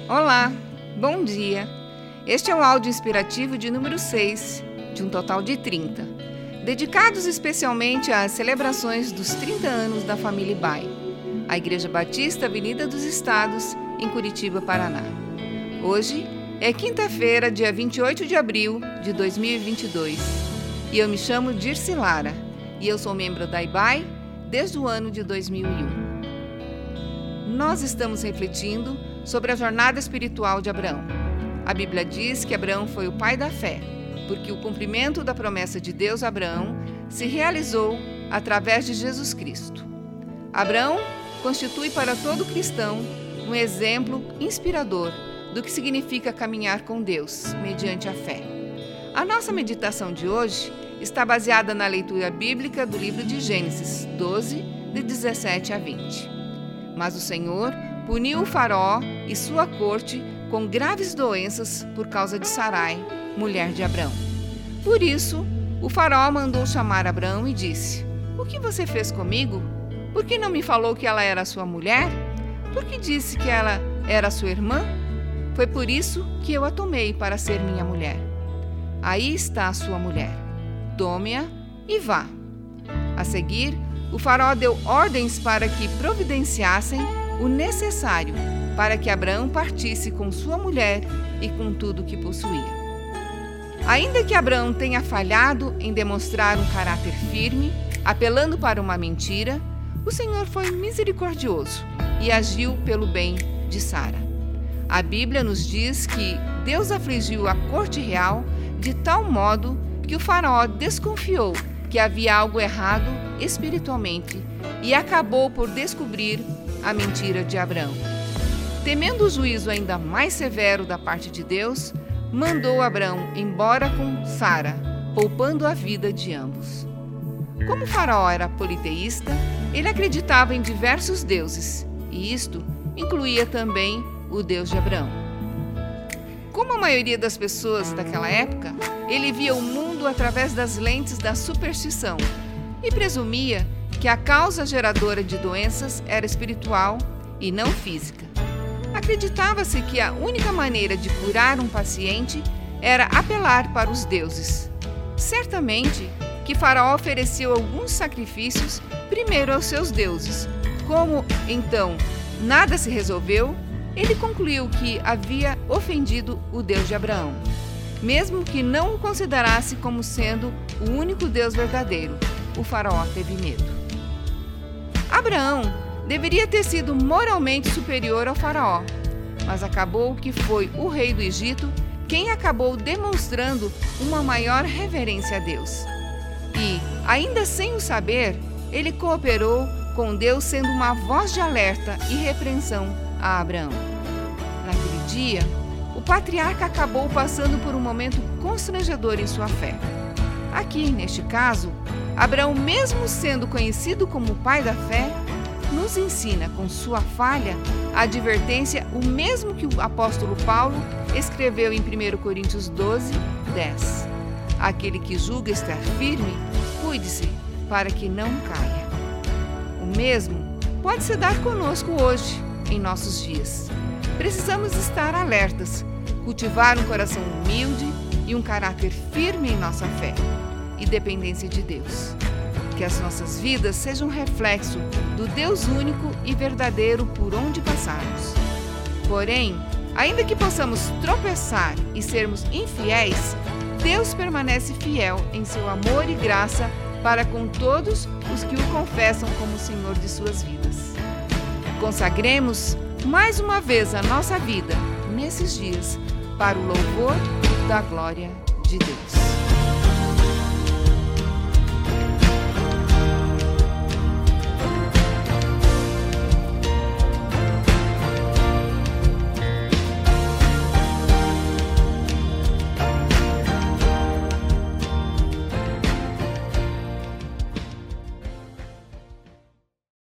Olá, bom dia! Este é o áudio inspirativo de número 6, de um total de 30, dedicados especialmente às celebrações dos 30 anos da família Ibai, a Igreja Batista Avenida dos Estados, em Curitiba, Paraná. Hoje é quinta-feira, dia 28 de abril de 2022, e eu me chamo Dirce Lara, e eu sou membro da Ibai desde o ano de 2001. Nós estamos refletindo sobre a jornada espiritual de Abraão. A Bíblia diz que Abraão foi o pai da fé, porque o cumprimento da promessa de Deus a Abraão se realizou através de Jesus Cristo. Abraão constitui para todo cristão um exemplo inspirador do que significa caminhar com Deus mediante a fé. A nossa meditação de hoje está baseada na leitura bíblica do livro de Gênesis 12, de 17 a 20. Mas o Senhor puniu o faraó e sua corte com graves doenças por causa de Sarai, mulher de Abrão. Por isso, o faraó mandou chamar Abrão e disse: "O que você fez comigo? Por que não me falou que ela era sua mulher? Por que disse que ela era sua irmã? Foi por isso que eu a tomei para ser minha mulher. Aí está a sua mulher. Tome-a e vá." A seguir, o faraó deu ordens para que providenciassem o necessário para que Abraão partisse com sua mulher e com tudo que possuía. Ainda que Abraão tenha falhado em demonstrar um caráter firme, apelando para uma mentira, o Senhor foi misericordioso e agiu pelo bem de Sara. A Bíblia nos diz que Deus afligiu a corte real de tal modo que o faraó desconfiou que havia algo errado espiritualmente e acabou por descobrir a mentira de Abraão. Temendo o juízo ainda mais severo da parte de Deus, mandou Abraão embora com Sara, poupando a vida de ambos. Como o faraó era politeísta, ele acreditava em diversos deuses, e isto incluía também o Deus de Abraão. Como a maioria das pessoas daquela época, ele via o mundo através das lentes da superstição e presumia que a causa geradora de doenças era espiritual e não física. Acreditava-se que a única maneira de curar um paciente era apelar para os deuses. Certamente que Faraó ofereceu alguns sacrifícios primeiro aos seus deuses. Como, então, nada se resolveu, ele concluiu que havia ofendido o Deus de Abraão, mesmo que não o considerasse como sendo o único Deus verdadeiro. O faraó teve medo. Abraão deveria ter sido moralmente superior ao faraó, mas acabou que foi o rei do Egito quem acabou demonstrando uma maior reverência a Deus. E, ainda sem o saber, ele cooperou com Deus sendo uma voz de alerta e repreensão a Abraão. Naquele dia, o patriarca acabou passando por um momento constrangedor em sua fé. Aqui, neste caso, Abraão, mesmo sendo conhecido como o pai da fé, nos ensina com sua falha a advertência, o mesmo que o apóstolo Paulo escreveu em 1 Coríntios 12, 10. Aquele que julga estar firme, cuide-se para que não caia. O mesmo pode se dar conosco hoje, em nossos dias. Precisamos estar alertas, cultivar um coração humilde e um caráter firme em nossa fé e dependência de Deus. Que as nossas vidas sejam um reflexo do Deus único e verdadeiro por onde passarmos. Porém, ainda que possamos tropeçar e sermos infiéis, Deus permanece fiel em seu amor e graça para com todos os que o confessam como Senhor de suas vidas. Consagremos mais uma vez a nossa vida nesses dias para o louvor da glória de Deus.